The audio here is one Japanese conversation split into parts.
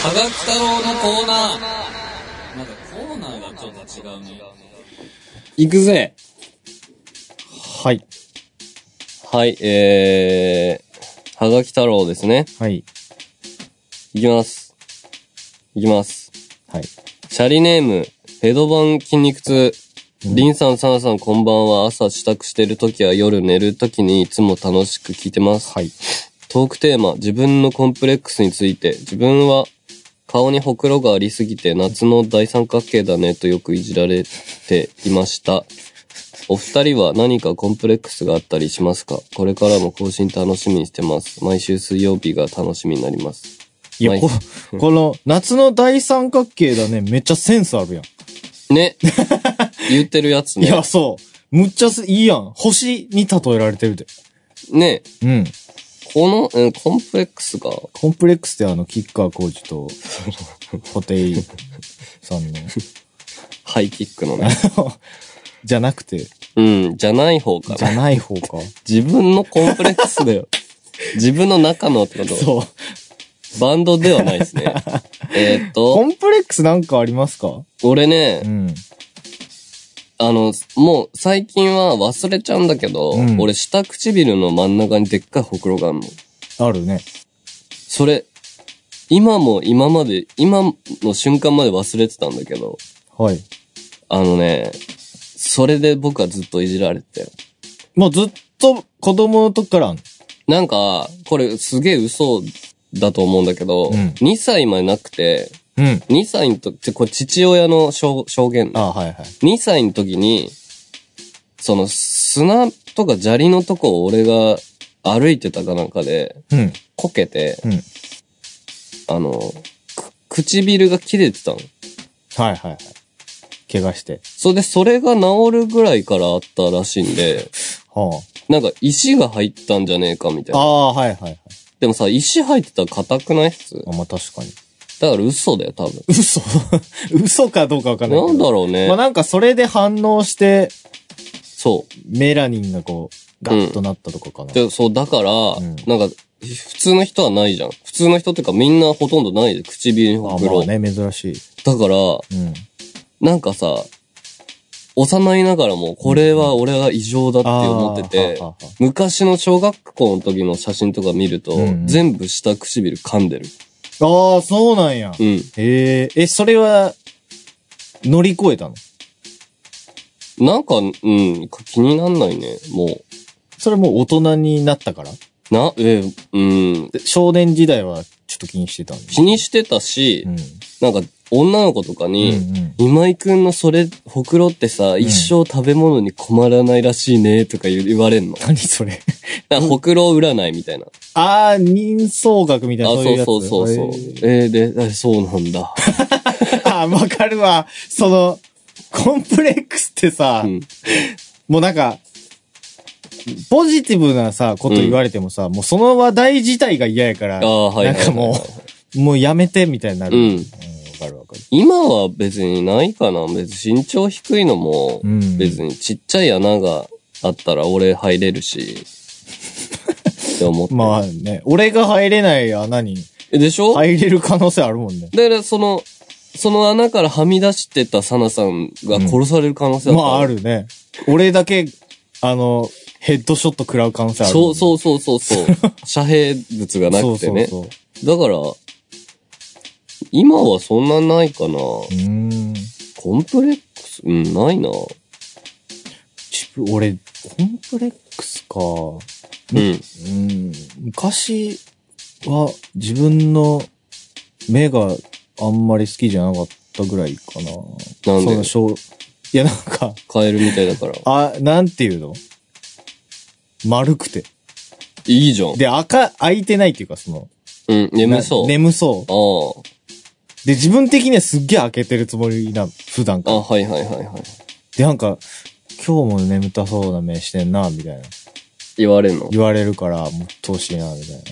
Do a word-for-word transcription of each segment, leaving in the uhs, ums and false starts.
はがき太郎のコーナー。なんかコーナーがちょっと違うね。 行くぜ。 はい。 はい、えー、はがき太郎ですね。 はい。 いきます。いきます。 はい。 シャリネーム、ヘドバン筋肉痛。リンさん、サナさん、こんばんは。朝支度してるときは夜寝るときにいつも楽しく聞いてます。 はい。 トークテーマ、自分のコンプレックスについて。自分は顔にほくろがありすぎて夏の大三角形だねとよくいじられていました。お二人は何かコンプレックスがあったりしますか？これからも更新楽しみにしてます。毎週水曜日が楽しみになります。 いや、こ、この夏の大三角形だね、めっちゃセンスあるやん。 ね。言ってるやつね。 いや、そう。むっちゃいいやん。星に例えられてるで。 ね。 うん。 この、えー、コンプレックスが。 コンプレックスってあの、キッカーコーチと、ホテイさんの。 ハイキックのね。 じゃなくて。 うん、じゃない方かな。 じゃない方か。 自分のコンプレックスだよ。自分の中のってこと。 そう。 バンドではないですね。えっと。 コンプレックスなんかありますか？ 俺ね、 うん。 あの、もう最近は忘れちゃうんだけど、うん、俺下唇の真ん中にでっかいほくろがあるの。 あるね。 それ、今も今まで、今の瞬間まで忘れてたんだけど。 はい。 あのね、それで僕はずっといじられてたよ。 もうずっと子供の時からあんの？ なんか、これすげえ嘘だと思うんだけど、うん、にさいまでなくて、 うん。 にさいの時、これ父親の証言、ね。 ああ、はいはい。 にさいの時に、その砂とか砂利のとこを俺が歩いてたかなんかで、 うん。 こけて、 うん。 あの、唇が切れてたの。 はいはいはい。怪我して。 それでそれが治るぐらいからあったらしいんで、 はあ。なんか石が入ったんじゃねえかみたいな。 ああ、はいはいはい。 でもさ、石入ってたら硬くないっす？ あ、まあ確かに。 だから嘘だよ、多分。 嘘嘘かどうかわかんないけど。 なんだろうね。 まあなんかそれで反応して、 そう。 メラニンがこう、ガッとなったとかかな。 うん、でそう、だから、うん、なんか、普通の人はないじゃん。普通の人っていうかみんなほとんどないで、唇にほくろ。 あ、まあね、珍しい。 だから、うん、なんかさ、幼いながらも、これは俺が異常だって思ってて、うん、昔の小学校の時の写真とか見ると、うん、全部下唇噛んでる。 ああ、そうなんや。 うん。 へえ、え、それは、乗り越えたの？ なんか、うん、気になんないね、もう。 それもう大人になったから？ な、えー、うん。 少年時代はちょっと気にしてたんだ。 気にしてたし、うん、なんか、女の子とかに、うんうん、今井くんのそれ、ほくろってさ、うん、一生食べ物に困らないらしいね、とか言われんの。 何それなんかほくろ占いみたいな。 ああ、人相学みたいな。 あ、そうそうそうそう。えー、で、そうなんだ。 あ、わかるわ。その、コンプレックスってさ、うん、もうなんか、ポジティブなさ、こと言われてもさ、うん、もうその話題自体が嫌やから、あ、はいはいはいはい、なんかもう、もうやめてみたいになる。うん。わかるわかる。今は別にないかな。別に身長低いのも、別にちっちゃい穴があったら俺入れるし、って思って。 まあね、俺が入れない穴に、 でしょ？ 入れる可能性あるもんね。 だからその、その穴からはみ出してたサナさんが殺される可能性ある、 うん。まああるね。俺だけ、あの、ヘッドショット食らう可能性ある、ね。 そうそうそうそうそう。遮蔽物がなくてね。そうそうそう。だから、今はそんなないかな。うーん。 コンプレックス、うん、ないな。 自分、俺、コンプレックスか。うん。うん。昔は自分の目があんまり好きじゃなかったぐらいかな。 なんで？ その小、いやなんか。 カエルみたいだから。 あ、なんていうの？丸くて。 いいじゃん。 で、赤、開いてないっていうか、その。 うん、眠そう。 眠そう。 ああ。 で、自分的にはすっげえ開けてるつもりな、普段から。 あ、はいはいはいはい。 で、なんか、今日も眠たそうな目してんな、みたいな。 言われるの？ 言われるから、もっと欲しいな、みたいな。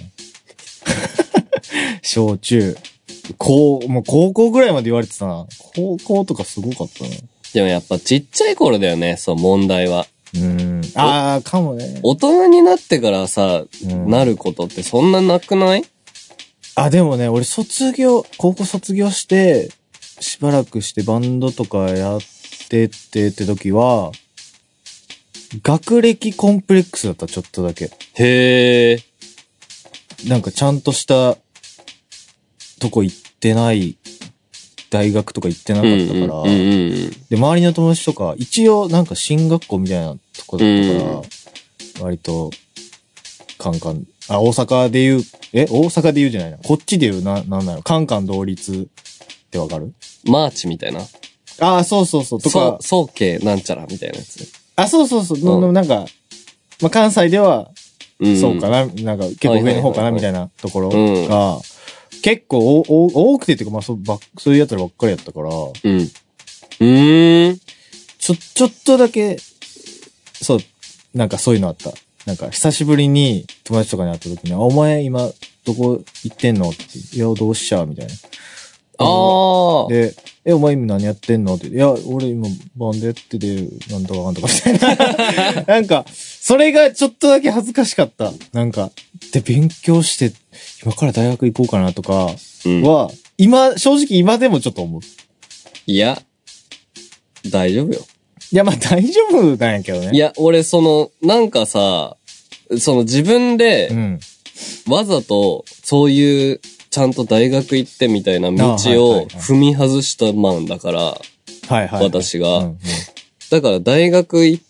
小中。高、もう高校ぐらいまで言われてたな。高校とかすごかったな。 でもやっぱちっちゃい頃だよね、そう、問題は。 うーん。ああ、かもね。 大人になってからさ、うん、なることってそんななくない？ あ、でもね、俺卒業、高校卒業して、しばらくしてバンドとかやってってって時は、学歴コンプレックスだった、ちょっとだけ。 へー。 なんかちゃんとしたとこ行ってない、大学とか行ってなかったから、 うんうんうんうん、 で、周りの友達とか、一応なんか進学校みたいなとこだったから、うん、割と、カンカン、あ、大阪で言う、え大阪で言うじゃないな。こっちで言うな、なんだろう、カンカン同率ってわかる？ マーチみたいな。 ああ、そうそうそう。とか。 そう、総計なんちゃらみたいなやつ。 あ、そうそうそう。うん、なんか、まあ、関西では、そうかな、うん、なんか結構上の方かなみたいなところが、結構おお多くてっていうか、まあそう、ばそういうやつらばっかりやったから、うん。うーん。 ちょ、ちょっとだけ、そう、なんかそういうのあった。なんか久しぶりに友達とかに会った時に、あ、お前今どこ行ってんのって、いや、どうしちゃうみたいな。 ああ。 で、え、お前今何やってんのって、いや、俺今バンドやってて、なんとかなんとかみたいな。なんか、それがちょっとだけ恥ずかしかった。なんか、で、勉強して、今から大学行こうかなとかは、うん、今、正直今でもちょっと思う。 いや、大丈夫よ。 いや、まあ大丈夫なんやけどね。 いや、俺その、なんかさ、その自分で、わざと、そういう、ちゃんと大学行ってみたいな道を踏み外したマンだから、はいはい、私が、うんうん。だから大学行って、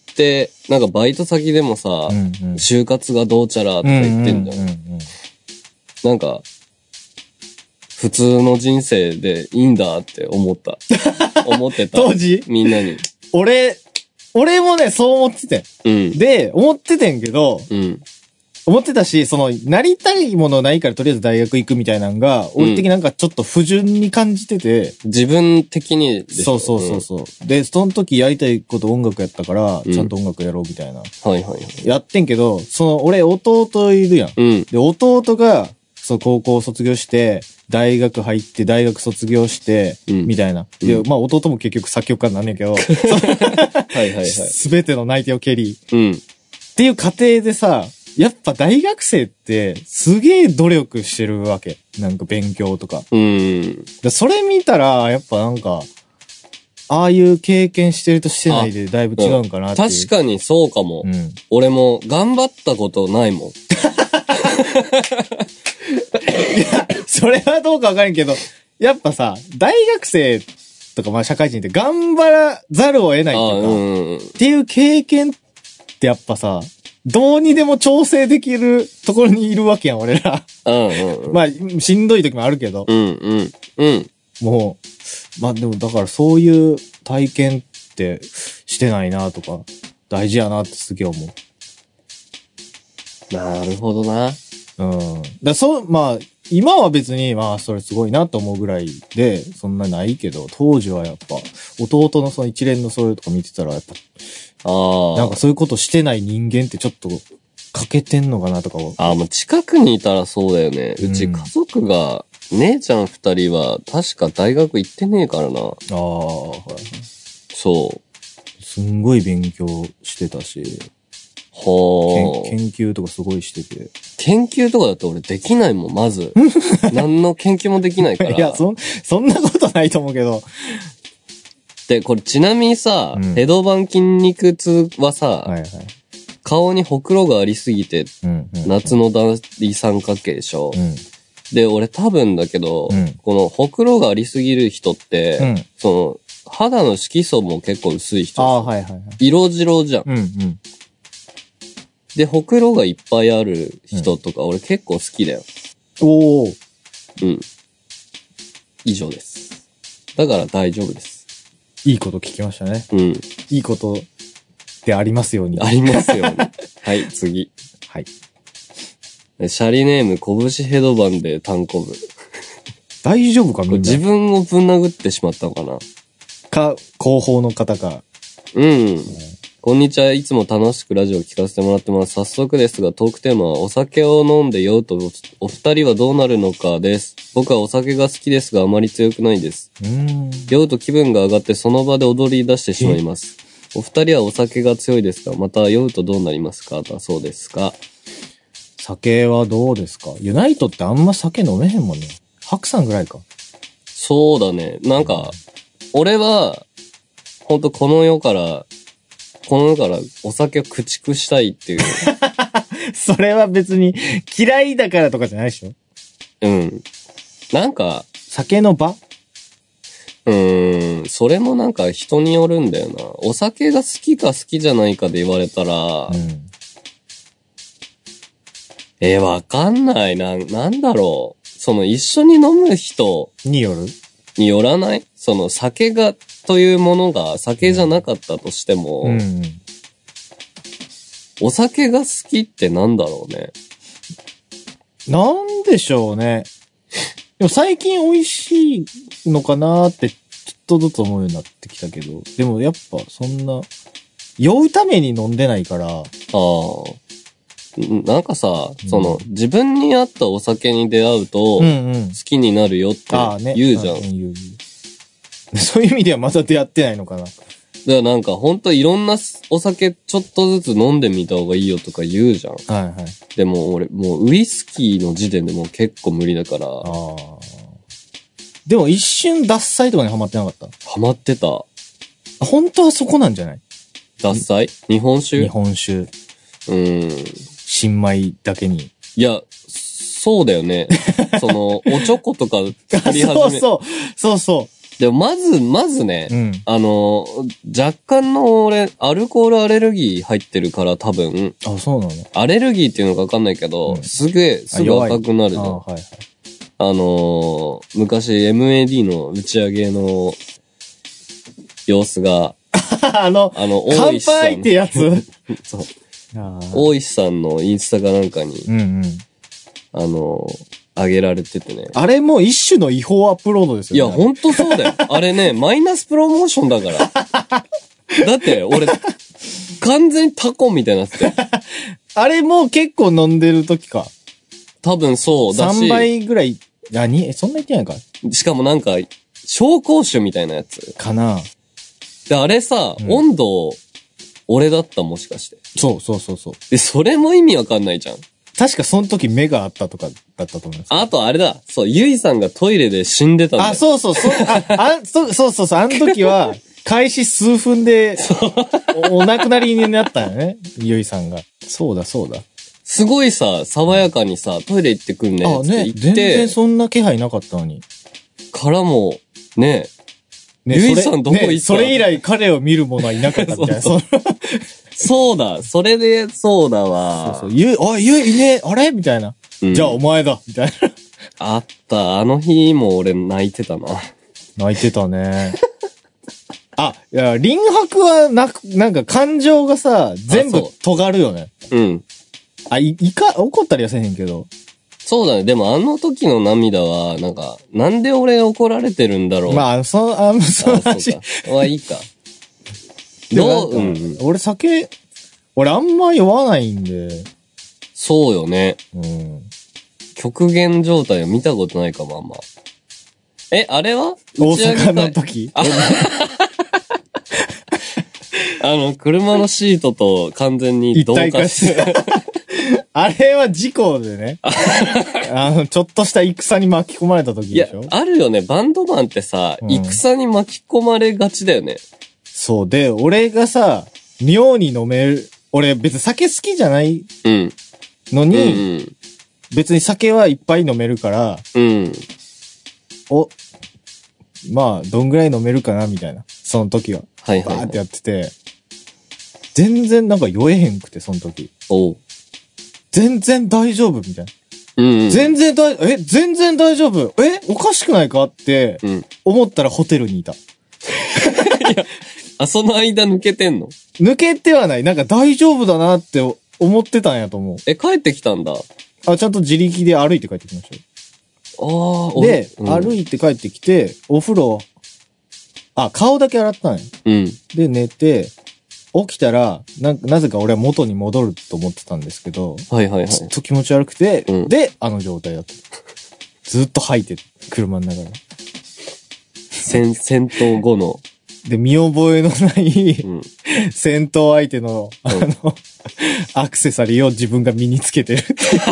なんかバイト先でもさ、うんうん、就活がどうちゃらとか言ってんじゃん。うんうんうんうん、なんか、普通の人生でいいんだって思った。思ってた。 当時みんなに。 俺、俺もね、そう思ってて。うん、で、思っててんけど、うん、思ってたし、その、なりたいものないからとりあえず大学行くみたいなのが、うん、俺的になんかちょっと不純に感じてて。 自分的にでしょ。そうそうそうそう、うん。で、その時やりたいこと音楽やったから、うん、ちゃんと音楽やろうみたいな。はいはいはい。やってんけど、その、俺弟いるやん。うん、で、弟が、そう、高校卒業して、大学入って、大学卒業して、うん、みたいな。で、まあ弟も結局作曲家になんねんけど。はいはいはい。すべての内定を蹴り。うん。っていう過程でさ、やっぱ大学生ってすげえ努力してるわけ。なんか勉強とか。うん。でそれ見たら、やっぱなんか、ああいう経験してるとしてないでだいぶ違うんかなっていう。 確かにそうかも。うん、俺も頑張ったことないもん。 いや、それはどうかわかんけど、やっぱさ、大学生とかまあ社会人って頑張らざるを得ないっていうか、うん、っていう経験ってやっぱさ、どうにでも調整できるところにいるわけやん、俺ら。うんうんうん、まあ、しんどい時もあるけど。うんうんうん、もう、まあでもだからそういう体験ってしてないなとか、大事やなってすげえ思う。なるほどな。 うん。だそう、まあ、今は別に、まあ、それすごいなと思うぐらいで、そんなないけど、当時はやっぱ、弟のその一連のそれとか見てたら、やっぱ、ああ。なんかそういうことしてない人間ってちょっと、欠けてんのかなとか。 ああ、もう近くにいたらそうだよね。うち家族が、姉ちゃん二人は、確か大学行ってねえからな。ああ、はい。そう。 すんごい勉強してたし。はあ。研究とかすごいしてて。 研究とかだと俺できないもん、まず。何の研究もできないから。 いや、そ、そんなことないと思うけど。 で、これちなみにさ、うん、ヘドバン筋肉痛はさ、はいはい、顔にほくろがありすぎて、うんうんうん、夏の大三角形でしょ、うん、で、俺多分だけど、うん、このほくろがありすぎる人って、うん、その、肌の色素も結構薄い人。あ、はいはいはい。色白じゃん。うんうんで、ほくろがいっぱいある人とか、俺結構好きだよ。おー。うん。以上です。だから大丈夫です。 いいこと聞きましたね。うん。いいことでありますように。 ありますように。はい、次。はい。シャリネーム、拳ヘドバンで単行部。 大丈夫かみんな。 自分をぶん殴ってしまったのかなか、後方の方か。 うん。うんこんにちは。いつも楽しくラジオを聞かせてもらってます。早速ですが、トークテーマはお酒を飲んで酔うとお二人はどうなるのかです。僕はお酒が好きですがあまり強くないです。うーん酔うと気分が上がってその場で踊り出してしまいます。お二人はお酒が強いですかまた酔うとどうなりますかだそうですか酒はどうですか？ユナイトってあんま酒飲めへんもんね。白さんぐらいか。 そうだね。なんか、俺は、ほんとこの世から、この世からお酒を駆逐したいっていう。 それは別に嫌いだからとかじゃないでしょ？ うん。なんか、 酒の場？ うーん、それもなんか人によるんだよな。お酒が好きか好きじゃないかで言われたら、 うん。 えー、わかんないな。なんだろう。その一緒に飲む人による？ によらない？その酒が、というものが酒じゃなかったとしても、 うんうん。 お酒が好きってなんだろうね。 なんでしょうね。でも最近美味しいのかなーってちょっとずつ思うようになってきたけど、でもやっぱそんな、酔うために飲んでないから、 ああ。なんかさ、 うんその、自分に合ったお酒に出会うと、 うんうん好。きになるよってああね。 言うじゃん。 あ言う言う。そういう意味ではまだ出会ってないのかな。 だからなんかほんといろんなお酒ちょっとずつ飲んでみた方がいいよとか言うじゃん。 はいはい。 でも俺、もうウイスキーの時点でもう結構無理だから、 ああ。でも一瞬脱菜とかにハマってなかった？ ハマってた。 本当はそこなんじゃない？ 獺祭？日本酒？ 日本酒。 うーん。 新米だけに。 いや、そうだよね。その、おちょことか作り始め。 そうそう。そうそでもまず、まずね、 う。うん。 あの、若干の俺、アルコールアレルギー入ってるから多分、 あ、そうなの？ アレルギーっていうのかわかんないけど、 うんすげえ、すぐ赤くなるじゃん。 あ、 あはいはい。 のー、昔 エムエーディー の打ち上げの様子が、 あの、 あの、大乾石さん。 杯ってやつそう。 あー大石さんのインスタかなんかに、 うんうん。 あのー、上げられててね。 あれも一種の違法アップロードですいや、 よね。 ほんとそうだよ。あれね、マイナスプロモーションだから。だって、俺、完全にタコみたいになってて。 あれも結構飲んでる時か。 多分そうだし。 さんばいぐらい、あ、に、えそんな言ってないかしかもなんか、紹興酒みたいなやつ。 かな。 で、あれさ、 うん温度、俺だったもしかして。 そうそうそうそう。 で、それも意味わかんないじゃん。 確かその時目があったとかだったと思います。 あとあれだ。そう、ゆいさんがトイレで死んでたんだよ。 あ、そうそうそう。あ、あそそうそうそう。あの時は、開始数分でお、お亡くなりになったよね。ゆいさんが。そうだそうだ。 すごいさ、爽やかにさ、トイレ行ってくんねあ、ね。 って言って、 全然そんな気配なかったのに。 からも、ね、 ね、 ゆいさそれんどこ行ったねそれ以来彼を見る者はいなかったみたいな。 そうそうそうだ、それで、そうだわ。 そう。ゆい、あ、ゆいいねあれみたいな。 うんじゃあお前だみたいな。 あった、あの日も俺泣いてたな。 泣いてたね。あ、いや、輪白はなく、なんか感情がさ、全部そう尖るよね。 うん。 あ、い、いか、怒ったりはせへんけど。 そうだね。でもあの時の涙は、なんか、なんで俺怒られてるんだろう。 まあ、その、あの、そのあ、 話。 そうか。まあいいか。 でもどう、うなんかん。 俺酒、俺あんま酔わないんで、 そうよね。 うん。 極限状態を見たことないかも、あんま。え、あれは大打ち上げ阪の会時。 あの、車のシートと完全に一同体化し化してて。 あれは事故でね。あの、ちょっとした戦に巻き込まれた時いやでしょ、 あるよね。バンドマンってさ、 うん戦に巻き込まれがちだよね。 そう。で、俺がさ、妙に飲める、俺別に酒好きじゃないうん。 のうに、 ん別に酒はいっぱい飲めるから、 うん。うん。 お、まあ、どんぐらい飲めるかなみたいな。その時は。 はいはい、はいバーって。やってて、全然なんか酔えへんくて、その時。 おう。 全然大丈夫みたいな。 うん、うん。 全然大、え、全然大丈夫えおかしくないかってうん。 思ったらホテルにいた。 あ、その間抜けてんの？ 抜けてはない。なんか大丈夫だなって思ってたんやと思う。 え、帰ってきたんだ。ああ、ちゃんと自力で歩いて帰ってきましたよ。 あ、 で、 うん、 歩いて帰ってきて、お風呂、あ、顔だけ洗ったんや。 うん。 で、寝て、起きたら、な、なぜか俺は元に戻ると思ってたんですけど、 はいはいはい。 ずっと気持ち悪くて、 うんで、あの状態だった。ずっと吐いてる、車の中で。 戦、戦闘後の。 で、見覚えのない、 うん。 戦闘相手の、あの、 アクセサリーを自分が身につけてる。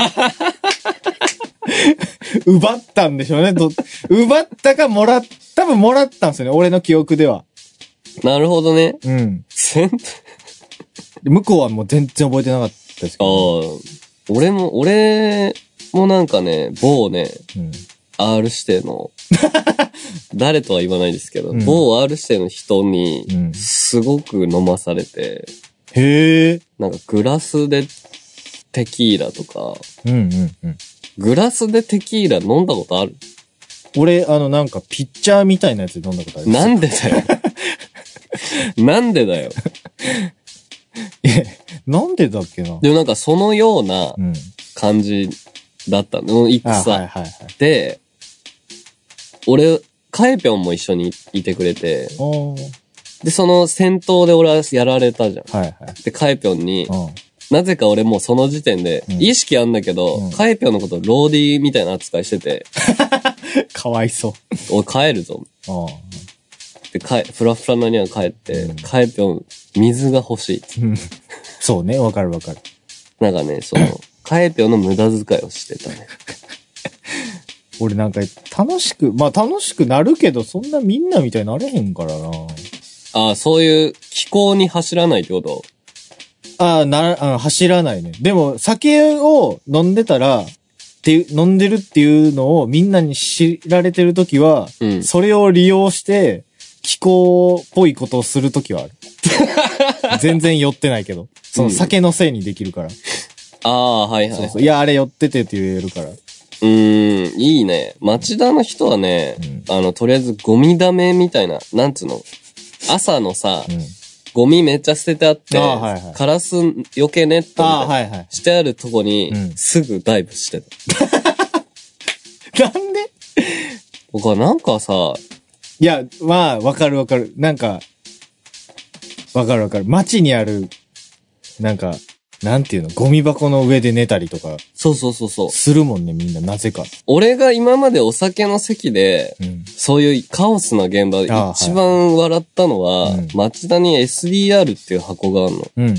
奪ったんでしょうね。ど奪ったかもらっ、多分もらったんですよね。俺の記憶では。 なるほどね。 うん。 せん向こうはもう全然覚えてなかったですけど、ね。 ああ。俺も、俺もなんかね、某ね、うん、R 指定の、誰とは言わないですけど、うん、某 R 指定の人に、すごく飲まされて、 うん、へえ。 なんかグラスでテキーラとか、 うんうんうん、 グラスでテキーラ飲んだことある？ 俺、あのなんかピッチャーみたいなやつで飲んだことある。 なんでだよ。なんでだよ。 え、なんでだっけな。 でもなんかそのような感じだったの、いくさ。 はいはいはい、 で、俺、カエピョンも一緒にいてくれて、で、その戦闘で俺はやられたじゃん。 はいはい、 で、カエピョンに、なぜか俺もうその時点で、意識あんだけど、うん、カエピョンのことローディーみたいな扱いしてて。 かわいそう。 俺帰るぞ。で、かえ、フラフラなには帰って、うん、カエピョン、水が欲しい、 うん。そうね、わかるわかる。 なんかね、その、カエピョンの無駄遣いをしてたね。 俺なんか楽しく、まあ楽しくなるけど、そんなみんなみたいになれへんからな。 ああ、そういう気候に走らないってこと？ ああ、な、あ走らないね。でも、酒を飲んでたら、っていう、飲んでるっていうのをみんなに知られてるときは、うん、それを利用して、気候っぽいことをするときはある。全然酔ってないけど。その酒のせいにできるから。うん、 ああ、はいはい。 そうそう。いや、あれ酔っててって言えるから。うーん、いいね。町田の人はね、うん、あの、とりあえずゴミだめみたいな、なんつうの、朝のさ、うん、ゴミめっちゃ捨ててあって、はいはい、カラス避けネットみたいな、はいはい、してあるとこに、すぐダイブしてた。なんで？ 僕はなんかさ、 いや、まあ、わかるわかる。なんか、わかるわかる。街にある、なんか、なんていうの、ゴミ箱の上で寝たりとか。 そうそうそうそう。 するもんね、みんな、なぜか。 俺が今までお酒の席で、うん、そういうカオスな現場で一番笑ったのは、はい、町田に エスディーアール っていう箱があるの。うんうん、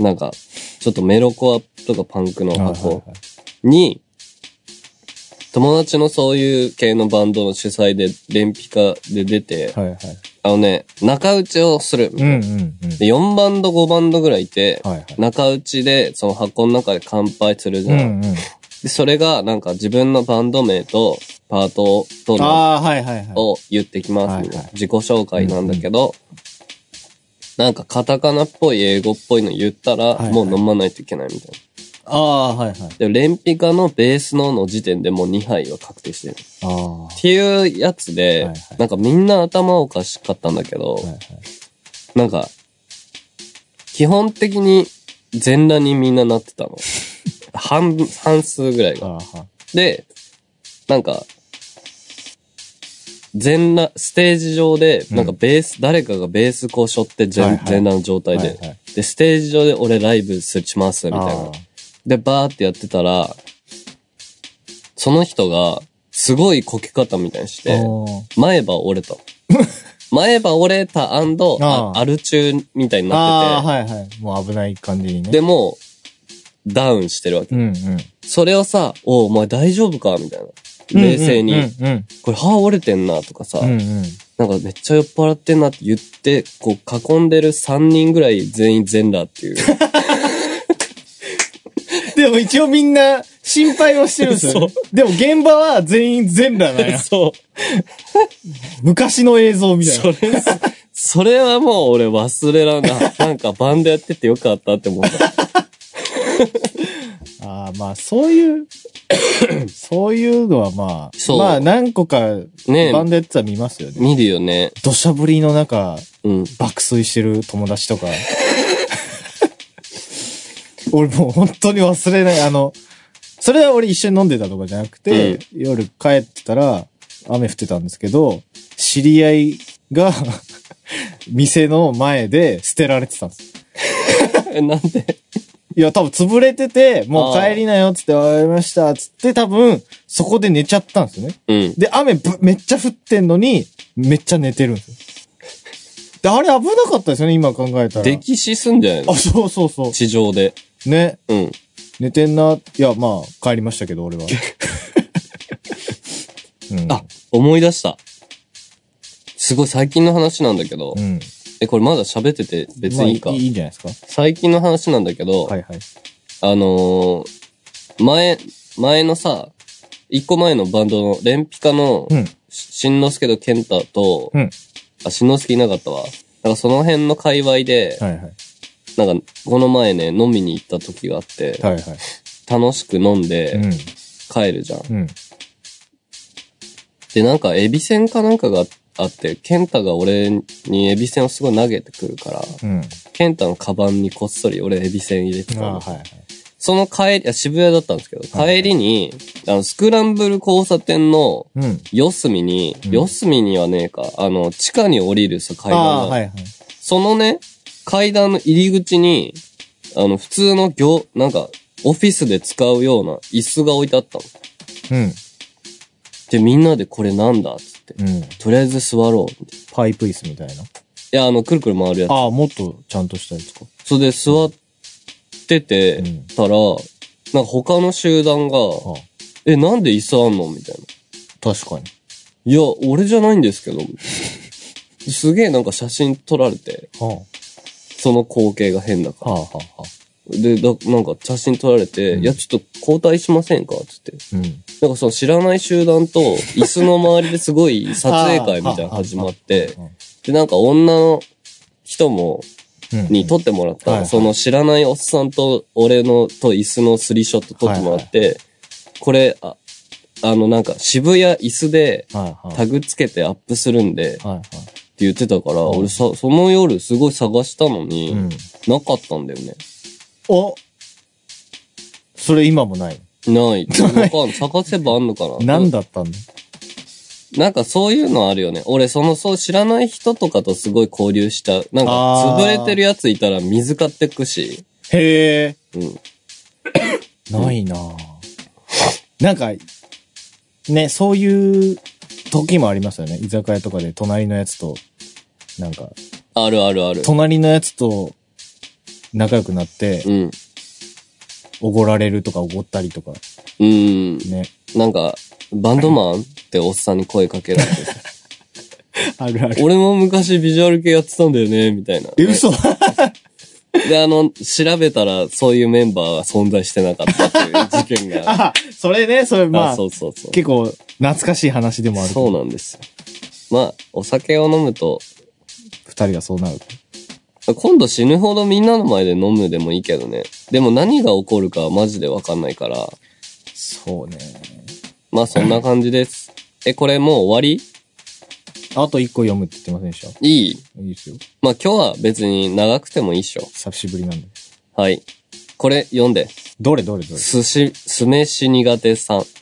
なんか、ちょっとメロコアとかパンクの箱に、友達のそういう系のバンドの主催で、連ピカで出て、はいはい、あのね、中打ちをする。うんうんうん、でよんバンド、ごバンドぐらいいて、はいはい、中打ちで、その箱の中で乾杯するじゃん。うんうん、で、それが、なんか自分のバンド名と、パートとの、 はいはいはい、 を言ってきます、はいはい。自己紹介なんだけど、うんうん、なんかカタカナっぽい英語っぽいの言ったら、はいはい、もう飲まないといけないみたいな。 ああ、はいはい。 で、連ピカのベースのの時点でもうにはいは確定してる。ああ。っていうやつで、はいはい、なんかみんな頭おかしかったんだけど、はいはい、なんか、基本的に全裸にみんななってたの。半、半数ぐらいが。で、なんか、全裸、ステージ上で、なんかベース、うん、誰かがベースこう背負って全、はいはい、全裸の状態で、はいはい、で、ステージ上で俺ライブします、みたいな。で、バーってやってたら、その人が、すごいこけ方みたいにして、前歯折れた。前歯折れた and あアル中みたいになってて、 あはいはい。もう危ない感じにね。 でも、ダウンしてるわけ。うんうん、それをさ、お, お前大丈夫かみたいな。冷静に、うんうんうんうん。これ歯折れてんなとかさ、うんうん、なんかめっちゃ酔っ払ってんなって言って、こう囲んでるさんにんぐらい全員全裸っていう。 でも一応みんな心配をしてるんですよ、ね。でも現場は全員全裸なんや。 そう。 昔の映像みたいな。 それ、それはもう俺忘れらんな。なんかバンドやっててよかったって思った。 ああ、まあそういう、そういうのはまあ、そうまあ何個かバンドやってたら見ますよね。 見るよね。 土砂降りの中、うん、爆睡してる友達とか。俺もう本当に忘れない。あの、それは俺一緒に飲んでたとかじゃなくて、うん、夜帰ってたら雨降ってたんですけど、知り合いが店の前で捨てられてたんです。 え、なんで？ いや、多分潰れてて、もう帰りなよっつってわかりましたっつって多分そこで寝ちゃったんですよね。うん、で、雨ぶめっちゃ降ってんのにめっちゃ寝てるんですよ。 で、あれ危なかったですよね、今考えたら。 溺死すんじゃないの？ あ、そうそうそう。 地上で。 ね。 うん。 寝てんな。いや、まあ、帰りましたけど、俺は。うん、 あ、思い出した。すごい最近の話なんだけど。 うん。 え、これまだ喋ってて別にいいか、 まあ、いいんじゃないですか。 最近の話なんだけど。 はいはい。あのー、前、前のさ、一個前のバンドの、レンピカの、うん。しんのすけとケンタと、うん。あ、しんのすけいなかったわ。なんかその辺の界隈で、はいはい。なんか、この前ね、飲みに行った時があって、はいはい。楽しく飲んで、うん。帰るじゃん。うん。で、なんか、エビせんかなんかがあって、ケンタが俺にエビせんをすごい投げてくるから、うん。ケンタのカバンにこっそり俺エビせん入れてたの。あ、はいはい。その帰り、あ、渋谷だったんですけど、帰りに、あの、スクランブル交差点の、四隅に、うん、四隅にはねえか、あの、地下に降りるさ、階段が。はいはい。そのね、階段の入り口に、あの、普通の業、なんか、オフィスで使うような椅子が置いてあったの。うん。で、みんなでこれなんだっつって。うん。とりあえず座ろう。 パイプ椅子みたいな。いや、あの、くるくる回るやつ。 ああ、もっとちゃんとしたやつか。 それで座っててたら、うん、なんか他の集団が、はあ、え、なんで椅子あんのみたいな。確かに。 いや、俺じゃないんですけど。すげえなんか写真撮られて、はあ、その光景が変だから。はあはあ、で、だ、なんか写真撮られて、うん、いや、ちょっと交代しませんかつって。うん。なんかその知らない集団と椅子の周りですごい撮影会みたいなの始まって、で、なんか女の人も、に撮ってもらった、うん、その知らないおっさんと俺のと椅子のスリーショット撮ってもらって、はいはい、これ、あ、あのなんか渋谷椅子でタグつけてアップするんで、はいはい、って言ってたから、俺さ、その夜すごい探したのに、うん、なかったんだよね。 おそれ今もないない。わかん探せばあんのかな何だったんだなんかそういうのあるよね。俺その、そう知らない人とかとすごい交流しちゃう。なんか潰れてるやついたら水買ってくし。 へえ。うん。ないなぁ。なんか、ね、そういう時もありますよね。居酒屋とかで隣のやつと、なんか。 あるあるある。 隣のやつと仲良くなって、うん。おごられるとかおごったりとか。 うん。ね。なんか、バンドマンっておっさんに声かけられてあるある。 俺も昔ビジュアル系やってたんだよね、みたいな。 え、嘘で、あの、調べたらそういうメンバーは存在してなかったっていう事件が。 あ、それね、それまあ、 あそうそうそう。 結構懐かしい話でもある。 そうなんですよ。まあ、お酒を飲むと、 二人がそうなる。 今度死ぬほどみんなの前で飲むでもいいけどね。でも何が起こるかはマジでわかんないから。 そうね。 まあそんな感じです。え、これもう終わり？ あと一個読むって言ってませんでした？ いい？いいですよ。 まあ今日は別に長くてもいいっしょ。 久しぶりなんで。 はい。これ読んで。 どれどれどれ？ すし、酢飯苦手さん。ど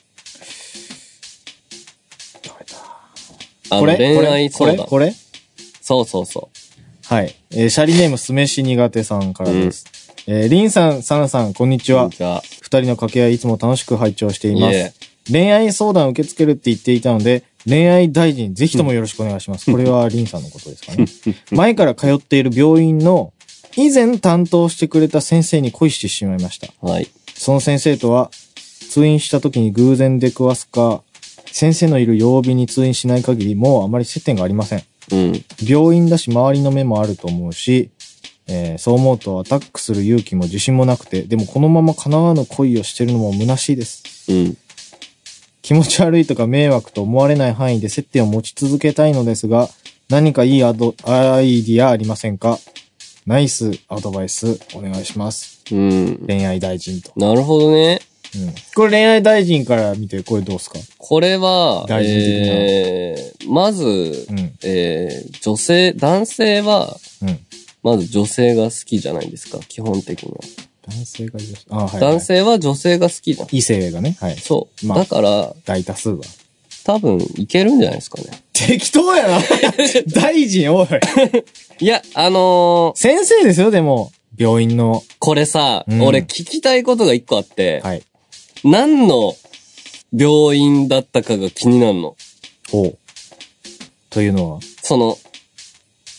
れだ？ あの、恋愛相談。 これこれそうそうそう。 はい。えー、シャリネーム酢飯苦手さんからです。うん、えー、リンさん、サナさん、こんにちは。こんにちは。二人の掛け合いいつも楽しく拝聴しています。恋愛相談を受け付けるって言っていたので、恋愛大臣ぜひともよろしくお願いします。これはリンさんのことですかね。前から通っている病院の以前担当してくれた先生に恋してしまいました。はい。その先生とは通院した時に偶然出くわすか、先生のいる曜日に通院しない限りもうあまり接点がありません。うん、病院だし周りの目もあると思うし、えー、そう思うとアタックする勇気も自信もなくて、でもこのまま叶わぬ恋をしてるのも虚しいです。うん、気持ち悪いとか迷惑と思われない範囲で接点を持ち続けたいのですが、何かいいアド、アイディアありませんか？ナイスアドバイスお願いします。うん、恋愛大臣と。 なるほどね。 うん、これ恋愛大臣から見てこれどうすか？ これは、大臣的な。えー、まず、うん、えー、女性、男性は、うん、まず女性が好きじゃないですか、基本的には。 男性が女性、あ、はい、はい。 男性は女性が好きだ。 異性がね、はい。 そう。まあ、だから、 大多数は。 多分、いけるんじゃないですかね。 適当やな大臣、おい。 いや、あのー、 先生ですよ、でも、病院の。 これさ、うん、俺聞きたいことが一個あって、はい。何の病院だったかが気になるの。 おう。というのはその、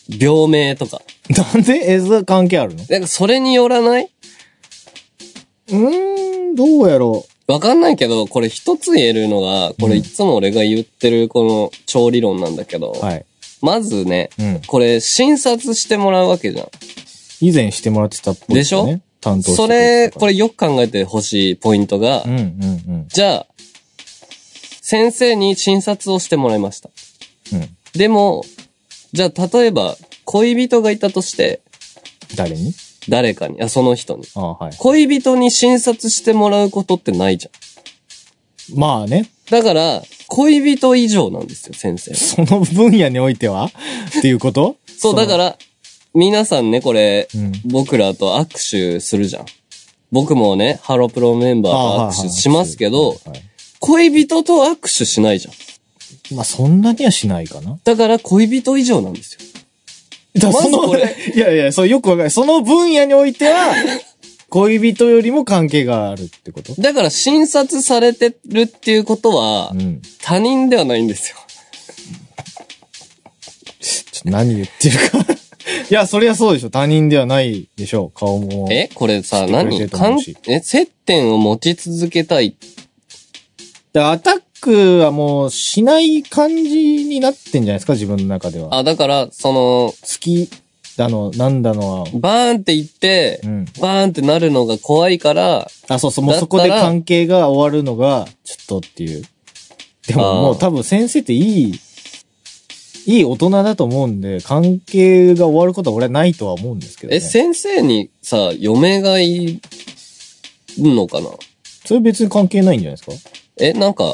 病名とか。 なんでえ、それ関係あるの？ なんかそれによらない？ うーん、どうやろわかんないけど、これ一つ言えるのが、これいつも俺が言ってるこの超理論なんだけど、 う。はい。 まずね、 うん。 これ診察してもらうわけじゃん。 以前してもらってたっぽいでしょ？ 担当してそれ、これよく考えてほしいポイントが、 うんうんうん。 じゃあ、先生に診察をしてもらいました。 うん。 でも、じゃあ例えば、恋人がいたとして、 誰に？ 誰かに、あ、その人に。 ああ、はい。 恋人に診察してもらうことってないじゃん。 まあね。 だから、恋人以上なんですよ、先生。 その分野においてはっていうこと？ そう、だから、皆さんね、これ、 うん、 僕らと握手するじゃん。僕もね、ハロプロメンバーと握手しますけど、恋人と握手しないじゃん。まあ、そんなにはしないかな。 だから、恋人以上なんですよ。 だその、ま、いやいや、そうよくわかんない。その分野においては、恋人よりも関係があるってこと？ だから、診察されてるっていうことは、うん、他人ではないんですよ。 ちょっと何言ってるか。いや、そりゃそうでしょ。他人ではないでしょう。顔も。 えこれさ、何かんえ接点を持ち続けたい。 アタックはもうしない感じになってんじゃないですか、自分の中では。 あ、だから、その、 好きだの、なんだのは。 バーンって言って、うん、バーンってなるのが怖いから。 あ、そうそう、もうそこで関係が終わるのが、ちょっとっていう。でももう多分先生っていい、いい大人だと思うんで、関係が終わることは俺はないとは思うんですけどね。 え、先生にさ、嫁がいるのかな？ それ別に関係ないんじゃないですか？ え、なんか、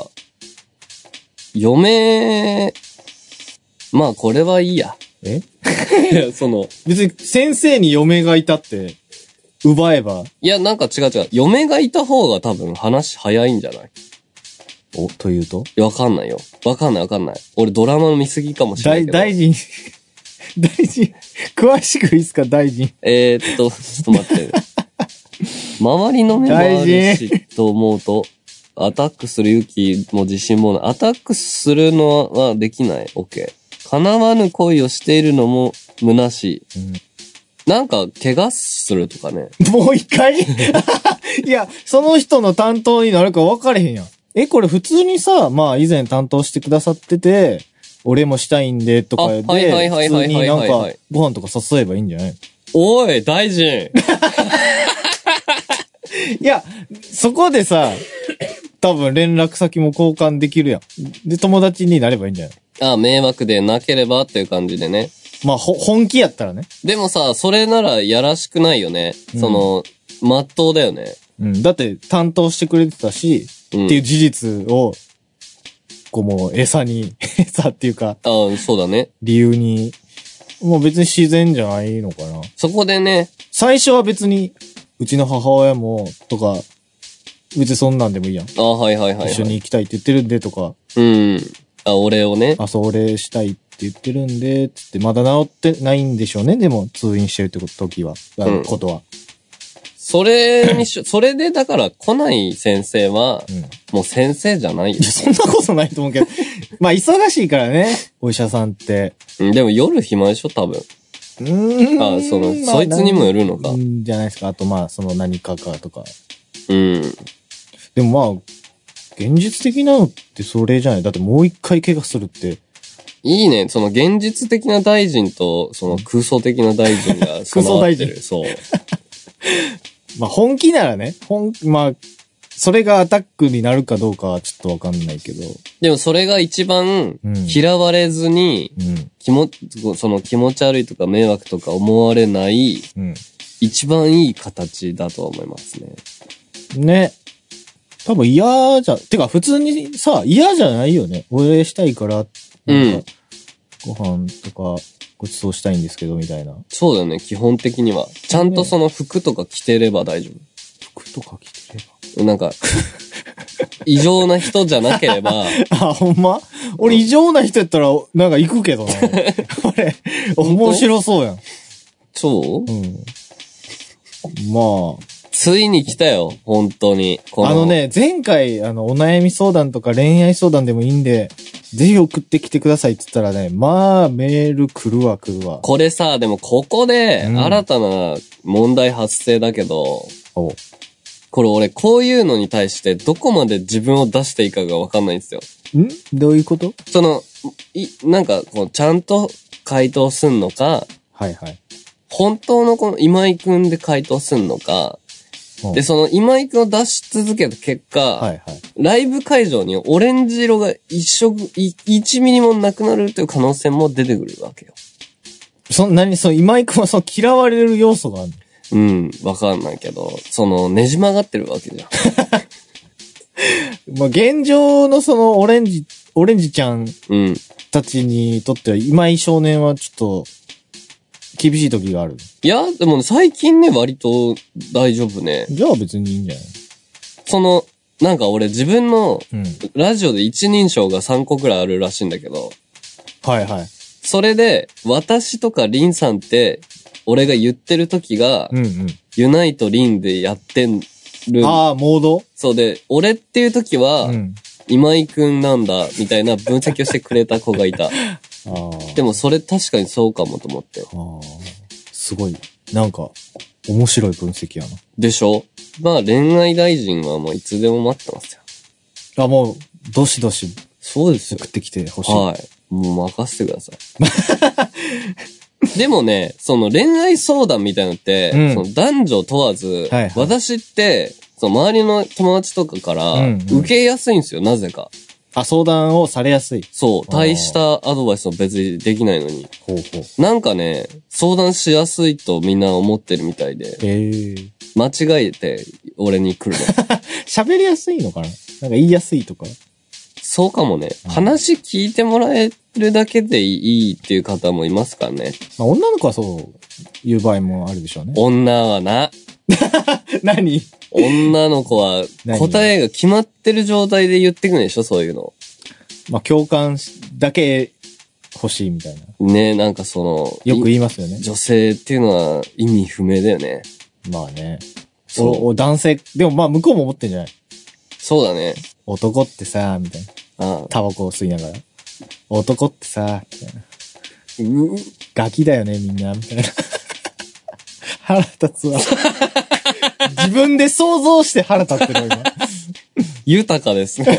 嫁、まあこれはいいや。 えいや、その。 別に先生に嫁がいたって、奪えば。 いや、なんか違う違う。嫁がいた方が多分話早いんじゃない？ お、というと？ わかんないよ。わかんないわかんない。俺ドラマの見過ぎかもしれないけど。 大臣、大臣、詳しくいいっすか、大臣。 えーっと、ちょっと待って。周りの目もあるし、と思うと、アタックする勇気も自信もない。アタックするのはできない。OK。叶わぬ恋をしているのも虚しい。うん、なんか、怪我するとかね。 もう一回いや、その人の担当になるか分かれへんやん。え、これ普通にさ、まあ以前担当してくださってて、俺もしたいんで、とかで、 はいはいはいはいはいはいはい、 普通になんか、ご飯とか誘えばいいんじゃない？ おい、大臣いや、そこでさ、多分連絡先も交換できるやん。で、友達になればいいんじゃない？ ああ、迷惑でなければっていう感じでね。 まあ、ほ、本気やったらね。 でもさ、それならやらしくないよね。うん、その、まっとうだよね。 うん。だって担当してくれてたし、うん、っていう事実を、こうもう餌に、餌っていうか。 ああ、そうだね。 理由に、もう別に自然じゃないのかな。 そこでね。 最初は別に、うちの母親も、とか、別にそんなんでもいいやん。 ああ、はいはいはい、はい。 一緒に行きたいって言ってるんでとか。 うん。あ、お礼をね。 あ、そう、お礼したいって言ってるんで、つって、まだ治ってないんでしょうね。でも、通院してるって時は、あの、ことは。 それにし、それでだから来ない先生は、うん、もう先生じゃないよ。 いや、そんなことないと思うけど。まあ、忙しいからね、お医者さんって。 うん、でも夜暇でしょ、多分。 うーん。 あ、その、まあ、そいつにもよるのか。 んじゃないですか。あと、まあ、その何かかとか。 うん。 でもまあ、現実的なのってそれじゃない。だってもう一回怪我するって。 いいね。その現実的な大臣と、その空想的な大臣が空想大臣。 そう。 まあ本気ならね、本、まあ、それがアタックになるかどうかはちょっとわかんないけど。 でもそれが一番嫌われずに、うん、気も、その気持ち悪いとか迷惑とか思われない、うん、一番いい形だと思いますね。 ね。多分嫌じゃ、てか普通にさ、嫌じゃないよね。お礼したいから、なんか、ご飯とかご馳走したいんですけど、みたいな。 そうだよね、基本的には。ちゃんとその服とか着てれば大丈夫。服とか着てればなんか、異常な人じゃなければ。 あ、ほんま？俺異常な人やったら、なんか行くけどな。俺、面白そうやん。 そう？ うん。まあ。 ついに来たよ、本当に。 このあのね、前回、あの、お悩み相談とか恋愛相談でもいいんで、 ぜひ送ってきてくださいって言ったらね、まあ、メール来るわ来るわ。 これさ、でもここで、 うん新たな問題発生だけど、 おこれ俺こういうのに対してどこまで自分を出していいかがわかんないんですよ。 んどういうこと？ その、い、なんかこう、ちゃんと回答すんのか、 はいはい。 本当のこの今井くんで回答すんのか、 うんで、その今井くんを出し続けた結果、 はいはい。 ライブ会場にオレンジ色が一色、い一ミリもなくなるという可能性も出てくるわけよ。 そんなに、その今井くんはその嫌われる要素があるの？ うん、わかんないけど、その、ねじ曲がってるわけじゃん。 まあ、現状のそのオレンジ、オレンジちゃんうん。 たちにとっては今井少年はちょっと厳しい時がある。 いや、でもね、最近ね、割と大丈夫ね。 じゃあ別にいいんじゃない？ その、なんか俺自分のうん。 ラジオで一人称がさんこくらいあるらしいんだけど、 はいはい。 それで、私とかリンさんって、俺が言ってる時が、 うんうん。 ユナイトリンでやってる。 ああ、モード？ そうで、俺っていう時は、 うん。 今井くんなんだ、みたいな分析をしてくれた子がいた。 ああ。 でもそれ確かにそうかもと思って。 ああ。すごい。なんか、面白い分析やでしょ？まあ恋愛大臣はもういつでも待ってますよ。 な。あ、もう、どしどしそうですよ送。ってきてほしい。 はい。もう任せてください。でもね、その恋愛相談みたいなのって、 うんその男女問わず、 はいはい私って、その周りの友達とかからうんうん受けやすいんですよ、なぜか。 あ、相談をされやすい。 そう、 あー大したアドバイスは別にできないのに。 ほうほう。 なんかね、相談しやすいとみんな思ってるみたいで、 ええ。 間違えて俺に来るの。 喋りやすいのかな？なんか言いやすいとか。 そうかもね。 うん話聞いてもらえるだけでいいっていう方もいますからね。 まあ、女の子はそういう場合もあるでしょうね。 女はな、 何？ 女の子は何答えが決まってる状態で言ってくるでしょ、そういうの。 まあ、共感だけ欲しいみたいな。 ね、なんかその、 よくい言いますよね。 女性っていうのは意味不明だよね。 まあね。 そうお、お男性、でもまあ向こうも思ってんじゃない？ そうだね。 男ってさ、みたいな。 ああタバコを吸いながら。男ってさ、みたいな。 うガキだよね、みんな、みたいな。腹立つわ。自分で想像して腹立ってるわ今。 豊かですね。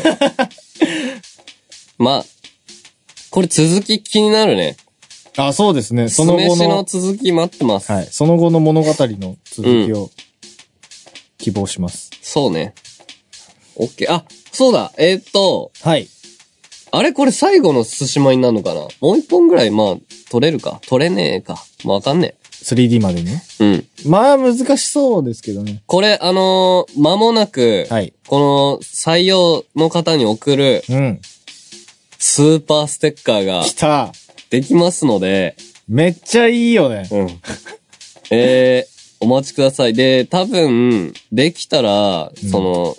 まあ、これ続き気になるね。 あ、そうですね。そその後のの後の、 続き待ってます。 はい。その後の物語の続きを希望します。 そうね。オッケー。あ、そうだ。えーっと、 はい。 あれこれ最後の寿司米になるのかな？もう一本ぐらい、まあ、取れるか。取れねえか。まあ、わかんねスリーディー までにね。 え。うん。 まあ難しそうですけどね。 これ、あのー間もなく、 はい。 この採用の方に送るうん。 スーパーステッカーが来た。 できますので、 めっちゃいいよね。 うん。えー、お待ちください。で、多分、できたら、 うんその、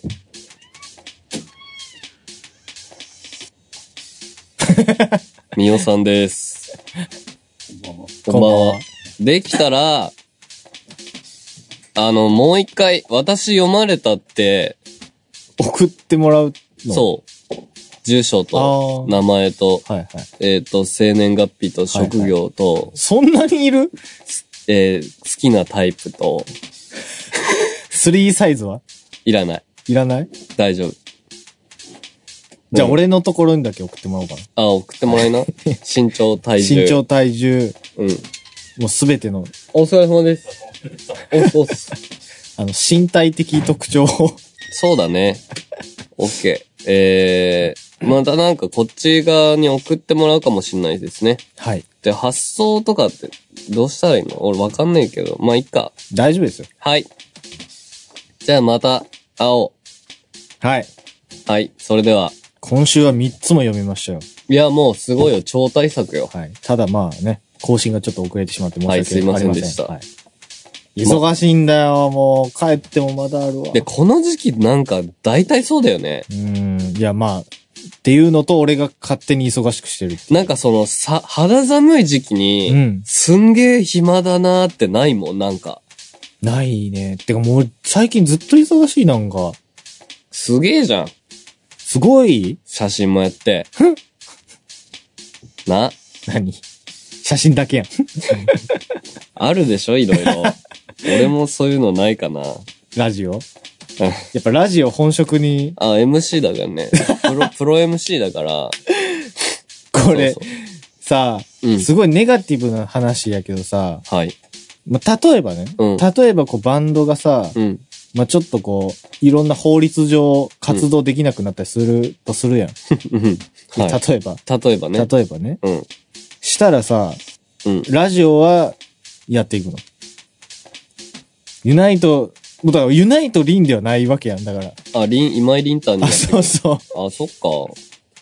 みおさんです。こんばんは。できたら、あの、もう一回、私読まれたって、 送ってもらうの。 そう。住所と、 あー名前と、 はいはい。 えっ、と、生年月日と職業と、 そんなにいる？ えー好きなタイプと、 スリーサイズはいらない。 いらない？ 大丈夫。 じゃあうん俺のところにだけ送ってもらおうかな。 あ、送ってもらいな。身長、体重。 身長、体重、 うん。 もうすべての、 お疲れ様です。おっおっす。 あの、身体的特徴を。 そうだね。オッケー。えー、またなんかこっち側に送ってもらうかもしんないですね。 はい。 で、発送とかってどうしたらいいの？俺わかんないけど。まあ、いっか。 大丈夫ですよ。 はい。じゃあまた会おう。 はい。 はい。それでは。 今週はみっつも読みましたよ。 いや、もうすごいよ。超大作よ。 はい。ただまあね、更新がちょっと遅れてしまって申し訳はいすいませんありません。 でしたはい。忙しいんだよ、もう。帰ってもまだあるわ。 で、この時期なんか大体そうだよね。 うーん。いや、まあ、っていうのと俺が勝手に忙しくしてるっていう。 なんかその、さ、肌寒い時期に、 うんすんげえ暇だなーってないもん、なんか。 ないね。てかもう最近ずっと忙しいなんか。 すげえじゃん。 すごい写真もやって。 な。 何写真だけやん。 あるでしょいろいろ。俺もそういうのないかな。 ラジオやっぱラジオ本職に。 あ、エムシー だからね。プロ、プロ エムシー だから。 これ、 そうそうさあ、 うん、 すごいネガティブな話やけどさ、 はい。 まあ、例えばね、 うん、 例えばこうバンドがさ、 うん、 まあ、ちょっとこう、いろんな法律上活動できなくなったりするとするやん。 はい、 例えば。 例えばね。 例えばね。 うん。 したらさ、 うん、 ラジオはやっていくの。ユナイト、もうだからユナイトリンではないわけやん、だから。 あ、リン、今井リンターにやってる。あ、そうそう。 あ、そっか。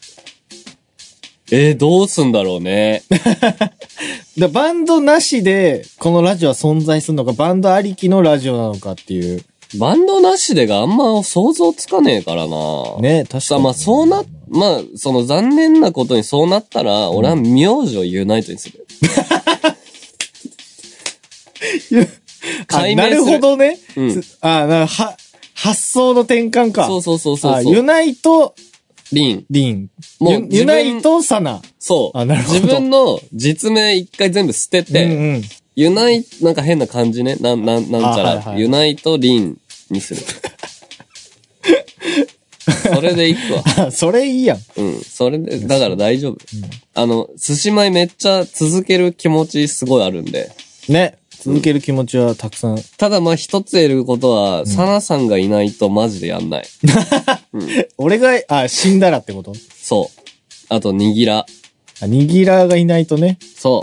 えー、どうすんだろうね。 だバンドなしで、このラジオは存在するのか、バンドありきのラジオなのかっていう。 バンドなしでがあんま想像つかねえからな。 ね、確かに。 さ、まあ、そうな、まあ、その残念なことにそうなったら、うん、俺は名字をユナイトにする。 解明する。なるほどね。うん、あ、なは、発想の転換か。 そうそうそうそうそう。 ユナイト、 リン。 リン。もうユナイトサナ。 そう。 あ、なるほど。 自分の実名一回全部捨てて、うんうん、ユナイ、なんか変な感じね。なん、なん、なんちゃら、はいはい、ユナイトリンにする。それでいくわ。 それいいやん。 うん。それで、だから大丈夫。うん、あの、寿司米めっちゃ続ける気持ちすごいあるんで。 ね。続ける気持ちはたくさん。うん、 ただまあ一つ言えることは、うん、サナさんがいないとマジでやんない。 うん、俺が、あ、死んだらってこと？ そう。あと、にぎら。 あ、にぎらがいないとね。 そう。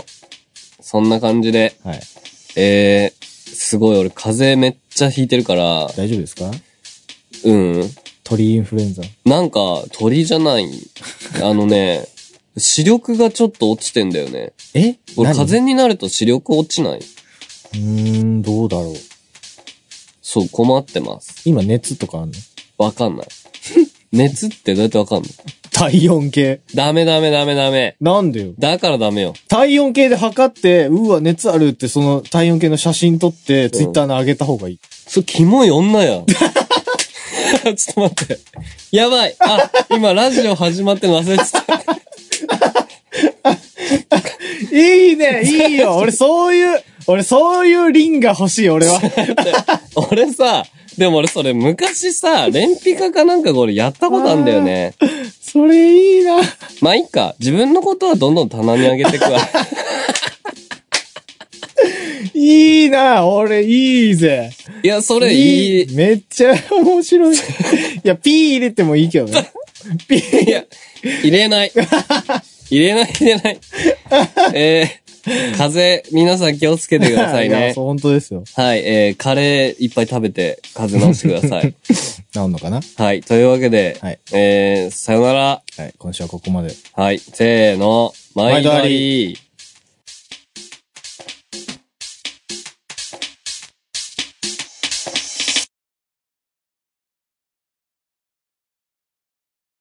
そんな感じで。 はい。 えー、すごい俺風邪めっちゃひいてるから。 大丈夫ですか？ うん。 鳥インフルエンザ。 なんか、鳥じゃない。あのね、視力がちょっと落ちてんだよね。 え？ 俺風邪になると視力落ちない？ うーん、どうだろう。 そう、困ってます。 今熱とかあんの？ わかんない。熱ってどうやってわかんの？ 体温計。 ダメダメダメダメ。 なんでよ。 だからダメよ。 体温計で測って、うわ、熱あるってその体温計の写真撮って、ツイッターに上げた方がいい。 それ、キモい女やん。ちょっと待って。やばい。あ、今ラジオ始まっての忘れてた。 いいね、いいよ。俺そういう、俺そういうリンが欲しい、俺は。 俺さ、でも俺それ昔さ、連ピカかなんかこれやったことあんだよね。 それいいな。 まあいいか。自分のことはどんどん棚に上げてくわ。 いいな、俺いいぜ。 いや、それいい。 いいめっちゃ面白い。いや、ピー入れてもいいけどね。 ピー。いや、入れない。入れない、入れない。えー、風邪、皆さん気をつけてくださいね。いや、 そう、本当ですよ。 はい、えー、カレーいっぱい食べて、風邪治してください。 治んのかな？ はい、というわけで、はい、えー、さよなら。 はい、今週はここまで。 はい、せーの、毎度あり。